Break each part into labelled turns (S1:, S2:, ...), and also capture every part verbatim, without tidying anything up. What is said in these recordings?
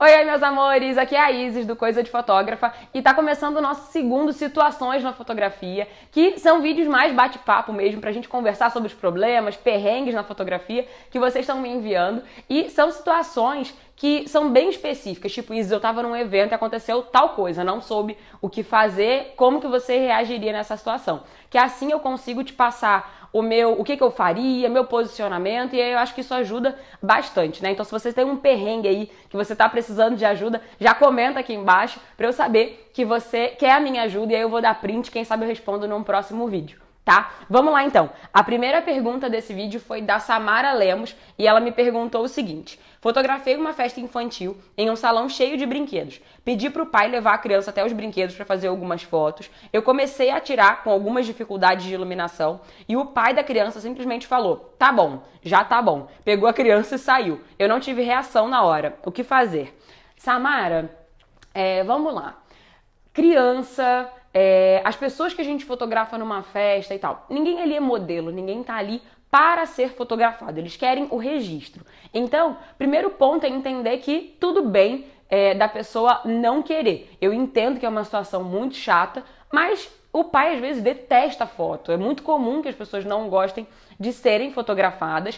S1: Oi, oi, meus amores! Aqui é a Isis do Coisa de Fotógrafa e tá começando o nosso segundo Situações na Fotografia, que são vídeos mais bate-papo mesmo, pra gente conversar sobre os problemas, perrengues na fotografia que vocês estão me enviando, e são situações que são bem específicas, tipo, Isis, eu tava num evento e aconteceu tal coisa, não soube o que fazer, como que você reagiria nessa situação? Que assim eu consigo te passar o meu, o que que eu faria, meu posicionamento, e aí eu acho que isso ajuda bastante, né? Então se você tem um perrengue aí, que você tá precisando de ajuda, já comenta aqui embaixo pra eu saber que você quer a minha ajuda, e aí eu vou dar print, quem sabe eu respondo num próximo vídeo. Tá? Vamos lá então. A primeira pergunta desse vídeo foi da Samara Lemos e ela me perguntou o seguinte: fotografei uma festa infantil em um salão cheio de brinquedos. Pedi pro pai levar a criança até os brinquedos para fazer algumas fotos. Eu comecei a tirar com algumas dificuldades de iluminação e o pai da criança simplesmente falou: tá bom, já tá bom. Pegou a criança e saiu. Eu não tive reação na hora. O que fazer? Samara, é, vamos lá. Criança... É, as pessoas que a gente fotografa numa festa e tal, ninguém ali é modelo, ninguém tá ali para ser fotografado, eles querem o registro. Então, primeiro ponto é entender que tudo bem é, da pessoa não querer. Eu entendo que é uma situação muito chata, mas o pai às vezes detesta a foto. É muito comum que as pessoas não gostem de serem fotografadas.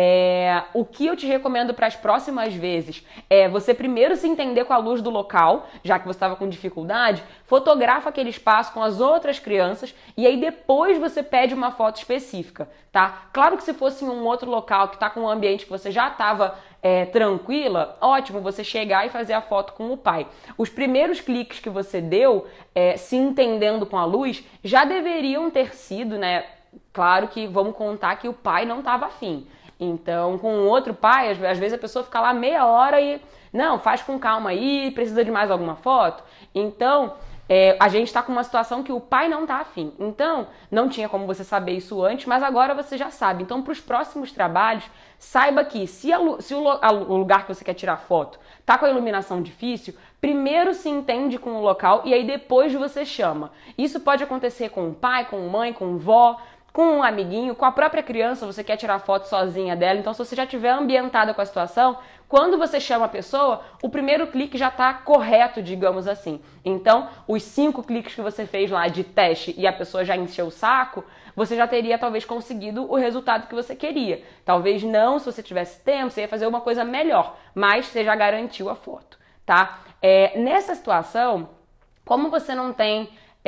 S1: É, o que eu te recomendo para as próximas vezes é você primeiro se entender com a luz do local, já que você estava com dificuldade, fotografa aquele espaço com as outras crianças e aí depois você pede uma foto específica, tá? Claro que se fosse em um outro local que está com um ambiente que você já estava é, tranquila, ótimo você chegar e fazer a foto com o pai. Os primeiros cliques que você deu, é, se entendendo com a luz, já deveriam ter sido, né? Claro que vamos contar que o pai não estava afim. Então, com o outro pai, às vezes a pessoa fica lá meia hora e... Não, faz com calma aí, precisa de mais alguma foto? Então, é, a gente está com uma situação que o pai não está afim. Então, não tinha como você saber isso antes, mas agora você já sabe. Então, para os próximos trabalhos, saiba que se, a, se o, a, o lugar que você quer tirar foto tá com a iluminação difícil, primeiro se entende com o local e aí depois você chama. Isso pode acontecer com o pai, com a mãe, com a vó, com um amiguinho, com a própria criança, você quer tirar foto sozinha dela, então se você já estiver ambientada com a situação, quando você chama a pessoa, o primeiro clique já está correto, digamos assim. Então, os cinco cliques que você fez lá de teste e a pessoa já encheu o saco, você já teria talvez conseguido o resultado que você queria. Talvez não, se você tivesse tempo, você ia fazer uma coisa melhor, mas você já garantiu a foto, tá? É, nessa situação, como você não tem...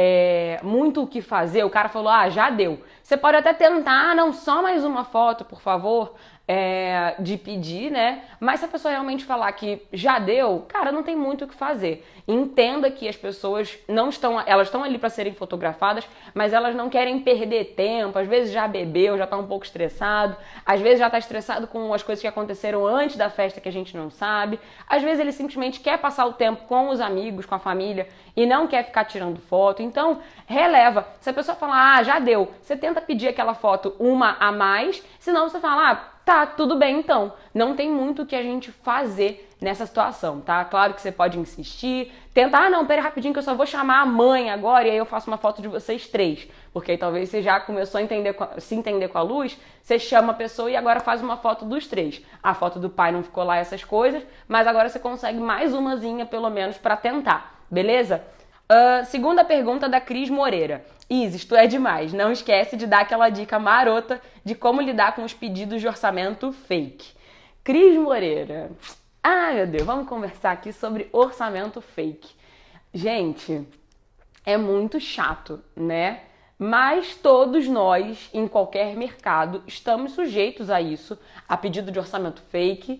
S1: É, muito o que fazer, o cara falou, ah, já deu. Você pode até tentar, ah, não, só mais uma foto, por favor, é, de pedir, né? Mas se a pessoa realmente falar que já deu, cara, não tem muito o que fazer. Entenda que as pessoas não estão, elas estão ali para serem fotografadas, mas elas não querem perder tempo, às vezes já bebeu, já tá um pouco estressado, às vezes já tá estressado com as coisas que aconteceram antes da festa que a gente não sabe, às vezes ele simplesmente quer passar o tempo com os amigos, com a família e não quer ficar tirando foto, então releva. Se a pessoa falar, ah, já deu, você tenta pedir aquela foto uma a mais, senão você fala, ah, tá, tudo bem então. Não tem muito o que a gente fazer nessa situação, tá? Claro que você pode insistir, tentar, ah, não, pera rapidinho que eu só vou chamar a mãe agora e aí eu faço uma foto de vocês três. Porque aí talvez você já começou a entender, se entender com a luz, você chama a pessoa e agora faz uma foto dos três. A foto do pai não ficou lá, essas coisas, mas agora você consegue mais umazinha pelo menos pra tentar, beleza? Uh, segunda pergunta da Cris Moreira. Isis, tu é demais. Não esquece de dar aquela dica marota de como lidar com os pedidos de orçamento fake. Cris Moreira. Ai, meu Deus, vamos conversar aqui sobre orçamento fake. Gente, é muito chato, né? Mas todos nós, em qualquer mercado, estamos sujeitos a isso, a pedido de orçamento fake.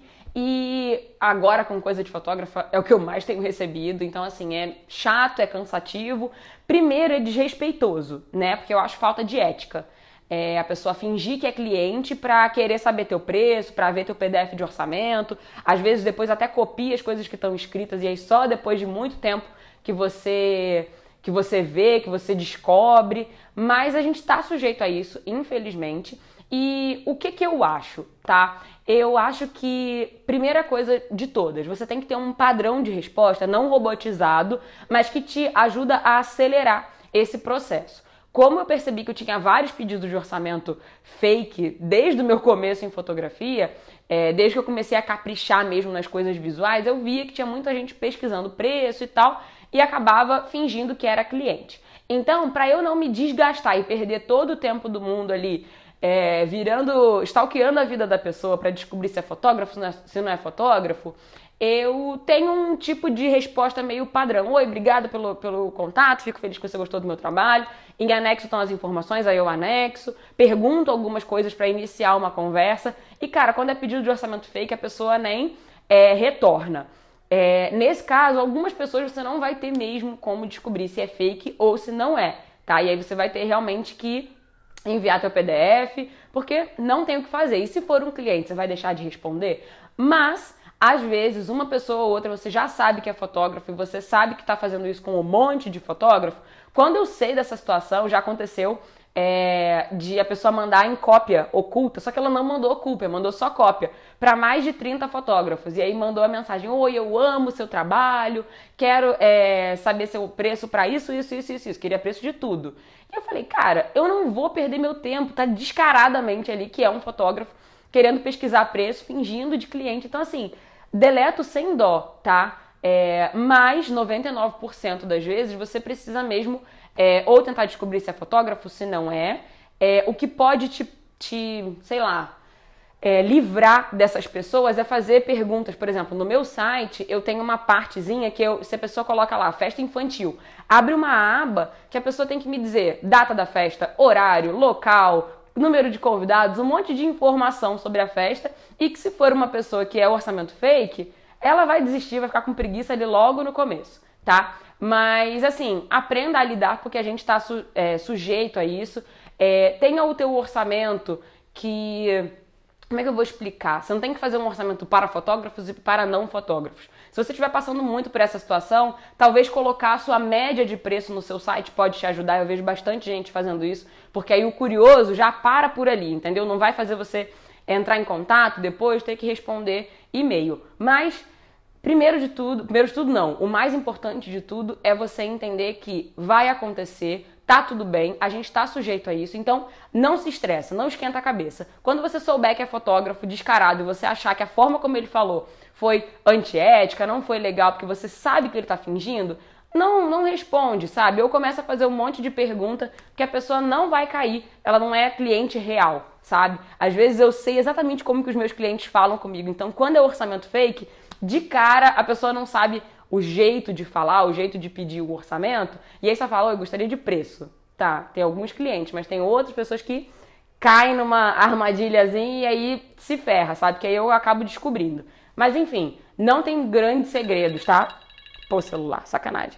S1: E agora com coisa de fotógrafa é o que eu mais tenho recebido, então assim, é chato, é cansativo. Primeiro é desrespeitoso, né? Porque eu acho falta de ética. É a pessoa fingir que é cliente pra querer saber teu preço, pra ver teu P D F de orçamento. Às vezes depois até copia as coisas que estão escritas e aí só depois de muito tempo que você... que você vê, que você descobre, mas a gente está sujeito a isso, infelizmente. E o que que eu acho, tá? Eu acho que, primeira coisa de todas, você tem que ter um padrão de resposta não robotizado, mas que te ajuda a acelerar esse processo. Como eu percebi que eu tinha vários pedidos de orçamento fake desde o meu começo em fotografia, é, desde que eu comecei a caprichar mesmo nas coisas visuais, eu via que tinha muita gente pesquisando preço e tal, e acabava fingindo que era cliente. Então, para eu não me desgastar e perder todo o tempo do mundo ali, é, virando, stalkeando a vida da pessoa para descobrir se é fotógrafo, se não é, se não é fotógrafo, eu tenho um tipo de resposta meio padrão. Oi, obrigado pelo, pelo contato, fico feliz que você gostou do meu trabalho. Em anexo estão as informações, aí eu anexo, pergunto algumas coisas para iniciar uma conversa. E, cara, quando é pedido de orçamento fake, a pessoa nem é, retorna. É, nesse caso, algumas pessoas você não vai ter mesmo como descobrir se é fake ou se não é, tá? E aí você vai ter realmente que enviar teu P D F, porque não tem o que fazer. E se for um cliente, você vai deixar de responder? Mas, às vezes, uma pessoa ou outra, você já sabe que é fotógrafo e você sabe que está fazendo isso com um monte de fotógrafo. Quando eu sei dessa situação, já aconteceu é, de a pessoa mandar em cópia oculta, só que ela não mandou cópia, mandou só cópia, para mais de trinta fotógrafos. E aí mandou a mensagem: oi, eu amo o seu trabalho, quero é, saber seu preço para isso, isso, isso, isso, isso. Queria preço de tudo. E eu falei, cara, eu não vou perder meu tempo, tá descaradamente ali que é um fotógrafo querendo pesquisar preço, fingindo de cliente. Então, assim, deleto sem dó, tá? É, mas noventa e nove por cento das vezes você precisa mesmo é, ou tentar descobrir se é fotógrafo, se não é, é o que pode te, te sei lá, é, livrar dessas pessoas é fazer perguntas. Por exemplo, no meu site eu tenho uma partezinha que eu, se a pessoa coloca lá, festa infantil, abre uma aba que a pessoa tem que me dizer data da festa, horário, local, número de convidados, um monte de informação sobre a festa, e que se for uma pessoa que é orçamento fake, ela vai desistir, vai ficar com preguiça ali logo no começo, tá? Mas, assim, aprenda a lidar porque a gente está su é, sujeito a isso. É, tenha o teu orçamento que... Como é que eu vou explicar? Você não tem que fazer um orçamento para fotógrafos e para não fotógrafos. Se você estiver passando muito por essa situação, talvez colocar a sua média de preço no seu site pode te ajudar. Eu vejo bastante gente fazendo isso, porque aí o curioso já para por ali, entendeu? Não vai fazer você entrar em contato depois, ter que responder e-mail. Mas, primeiro de tudo, primeiro de tudo não, o mais importante de tudo é você entender que vai acontecer, tá tudo bem, a gente tá sujeito a isso, então não se estressa, não esquenta a cabeça. Quando você souber que é fotógrafo descarado e você achar que a forma como ele falou foi antiética, não foi legal, porque você sabe que ele tá fingindo, não, não responde, sabe? Ou começa a fazer um monte de pergunta que a pessoa não vai cair, ela não é cliente real, sabe? Às vezes eu sei exatamente como que os meus clientes falam comigo, então quando é orçamento fake, de cara a pessoa não sabe o jeito de falar, o jeito de pedir o orçamento, e aí você fala, eu gostaria de preço. Tá, tem alguns clientes, mas tem outras pessoas que caem numa armadilhazinha e aí se ferra, sabe? Que aí eu acabo descobrindo. Mas enfim, não tem grandes segredos, tá? Pô, celular, sacanagem.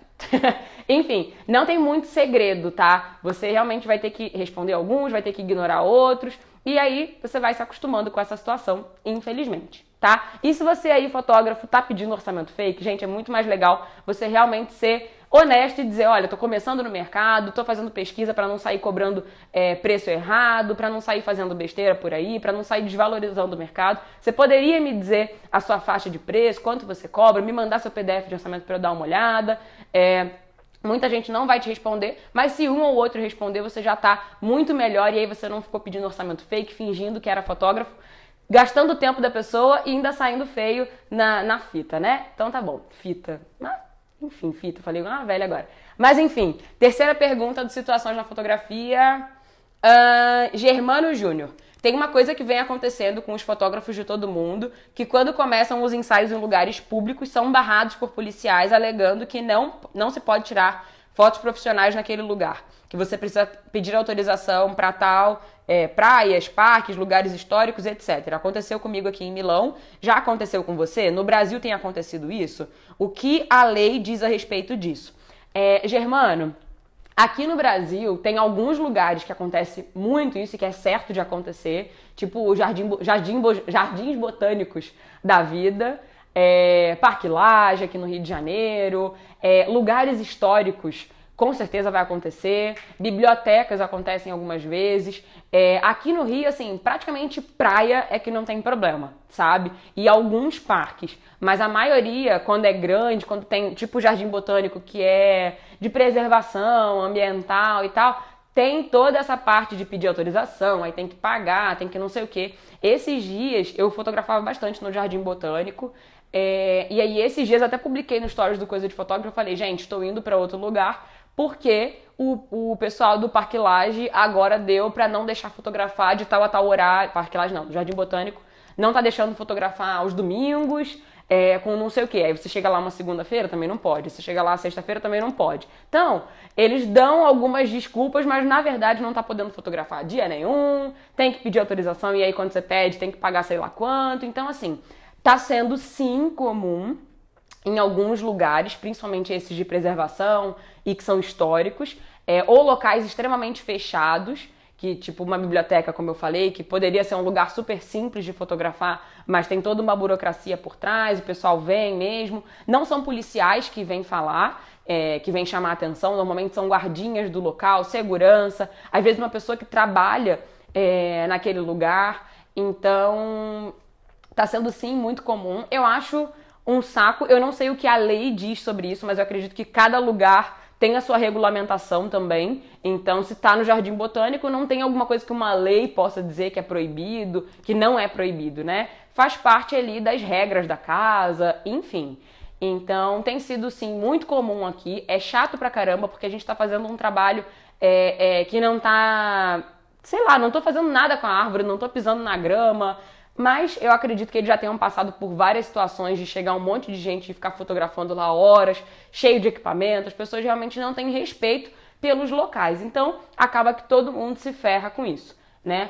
S1: Enfim, não tem muito segredo, tá? Você realmente vai ter que responder alguns, vai ter que ignorar outros, e aí você vai se acostumando com essa situação, infelizmente. Tá? E se você aí, fotógrafo, tá pedindo orçamento fake, gente, é muito mais legal você realmente ser honesto e dizer, olha, tô começando no mercado, tô fazendo pesquisa para não sair cobrando é, preço errado, para não sair fazendo besteira por aí, para não sair desvalorizando o mercado. Você poderia me dizer a sua faixa de preço, quanto você cobra, me mandar seu P D F de orçamento para eu dar uma olhada. É, muita gente não vai te responder, mas se um ou outro responder, você já tá muito melhor e aí você não ficou pedindo orçamento fake, fingindo que era fotógrafo, gastando o tempo da pessoa e ainda saindo feio na, na fita, né? Então tá bom, fita. Ah, enfim, fita, falei uma velha agora. Mas enfim, terceira pergunta de situações na fotografia. Uh, Germano Júnior. Tem uma coisa que vem acontecendo com os fotógrafos de todo mundo, que quando começam os ensaios em lugares públicos, são barrados por policiais alegando que não, não se pode tirar fotos profissionais naquele lugar. Que você precisa pedir autorização para tal... É, praias, parques, lugares históricos, etcétera. Aconteceu comigo aqui em Milão, já aconteceu com você? No Brasil tem acontecido isso? O que a lei diz a respeito disso? É, Germano, aqui no Brasil tem alguns lugares que acontece muito isso e que é certo de acontecer, tipo o jardim, jardim, jardins botânicos da vida, é, Parque Lage aqui no Rio de Janeiro, é, lugares históricos. Com certeza vai acontecer, bibliotecas acontecem algumas vezes, é, aqui no Rio, assim, praticamente praia é que não tem problema, sabe? E alguns parques, mas a maioria, quando é grande, quando tem tipo o Jardim Botânico, que é de preservação ambiental e tal, tem toda essa parte de pedir autorização, aí tem que pagar, tem que não sei o quê. Esses dias eu fotografava bastante no Jardim Botânico, é, e aí esses dias até publiquei no Stories do Coisa de Fotógrafo, eu falei, gente, estou indo para outro lugar, porque o, o pessoal do Parque Lage agora deu para não deixar fotografar de tal a tal horário, Parque Lage não, Jardim Botânico, não tá deixando fotografar aos domingos, É, com não sei o que. Aí você chega lá uma segunda-feira, também não pode. Você chega lá sexta-feira, também não pode. Então, eles dão algumas desculpas, mas na verdade não tá podendo fotografar dia nenhum, tem que pedir autorização e aí quando você pede tem que pagar sei lá quanto. Então, assim, tá sendo sim comum em alguns lugares, principalmente esses de preservação e que são históricos, é, ou locais extremamente fechados, que tipo uma biblioteca, como eu falei, que poderia ser um lugar super simples de fotografar, mas tem toda uma burocracia por trás, o pessoal vem mesmo. Não são policiais que vêm falar, é, que vêm chamar a atenção, normalmente são guardinhas do local, segurança, às vezes uma pessoa que trabalha é, naquele lugar. Então, tá sendo sim muito comum. Eu acho um saco, eu não sei o que a lei diz sobre isso, mas eu acredito que cada lugar tem a sua regulamentação também, então se tá no Jardim Botânico não tem alguma coisa que uma lei possa dizer que é proibido, que não é proibido, né? Faz parte ali das regras da casa, enfim. Então tem sido sim muito comum aqui, é chato pra caramba porque a gente tá fazendo um trabalho é, é, que não tá, sei lá, não tô fazendo nada com a árvore, não tô pisando na grama, mas eu acredito que eles já tenham passado por várias situações de chegar um monte de gente e ficar fotografando lá horas, cheio de equipamento. As pessoas realmente não têm respeito pelos locais. Então, acaba que todo mundo se ferra com isso, né?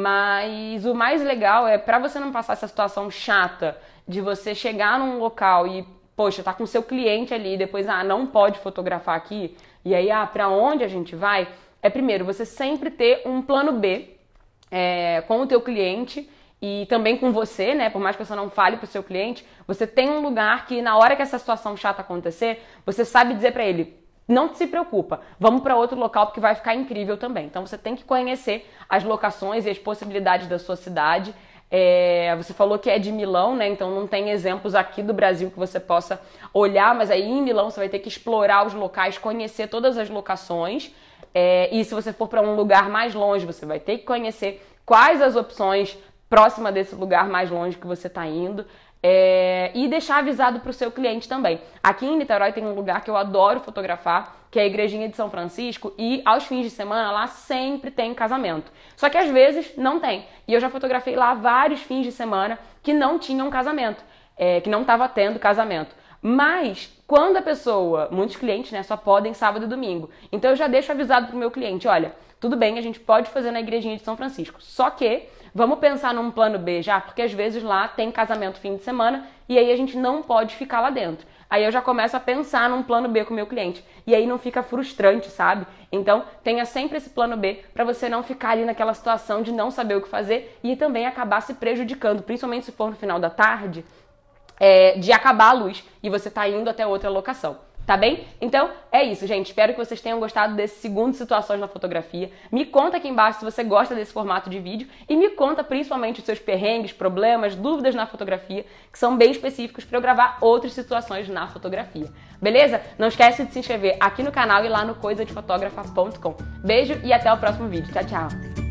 S1: Mas o mais legal é, pra você não passar essa situação chata de você chegar num local e, poxa, tá com seu cliente ali e depois, ah, não pode fotografar aqui. E aí, ah, pra onde a gente vai? É primeiro, você sempre ter um plano B é, com o teu cliente e também com você, né? Por mais que você não fale pro seu cliente, você tem um lugar que na hora que essa situação chata acontecer, você sabe dizer pra ele, não se preocupa, vamos para outro local porque vai ficar incrível também. Então você tem que conhecer as locações e as possibilidades da sua cidade. É, você falou que é de Milão, né? Então não tem exemplos aqui do Brasil que você possa olhar, mas aí em Milão você vai ter que explorar os locais, conhecer todas as locações. É, e se você for para um lugar mais longe, você vai ter que conhecer quais as opções próxima desse lugar mais longe que você está indo, é, e deixar avisado para o seu cliente também. Aqui em Niterói tem um lugar que eu adoro fotografar, que é a Igrejinha de São Francisco, e aos fins de semana lá sempre tem casamento. Só que às vezes não tem. E eu já fotografei lá vários fins de semana que não tinham casamento, é, que não estava tendo casamento. Mas quando a pessoa, muitos clientes, né, só podem sábado e domingo. Então eu já deixo avisado pro meu cliente, olha, tudo bem, a gente pode fazer na Igrejinha de São Francisco, só que vamos pensar num plano B já, porque às vezes lá tem casamento fim de semana e aí a gente não pode ficar lá dentro. Aí eu já começo a pensar num plano B com o meu cliente. E aí não fica frustrante, sabe? Então tenha sempre esse plano B para você não ficar ali naquela situação de não saber o que fazer e também acabar se prejudicando, principalmente se for no final da tarde, é, de acabar a luz e você tá indo até outra locação. Tá bem? Então é isso, gente. Espero que vocês tenham gostado desse segundo Situações na Fotografia. Me conta aqui embaixo se você gosta desse formato de vídeo e me conta principalmente os seus perrengues, problemas, dúvidas na fotografia, que são bem específicos para eu gravar outras situações na fotografia. Beleza? Não esquece de se inscrever aqui no canal e lá no coisa de fotógrafa ponto com. Beijo e até o próximo vídeo. Tchau, tchau!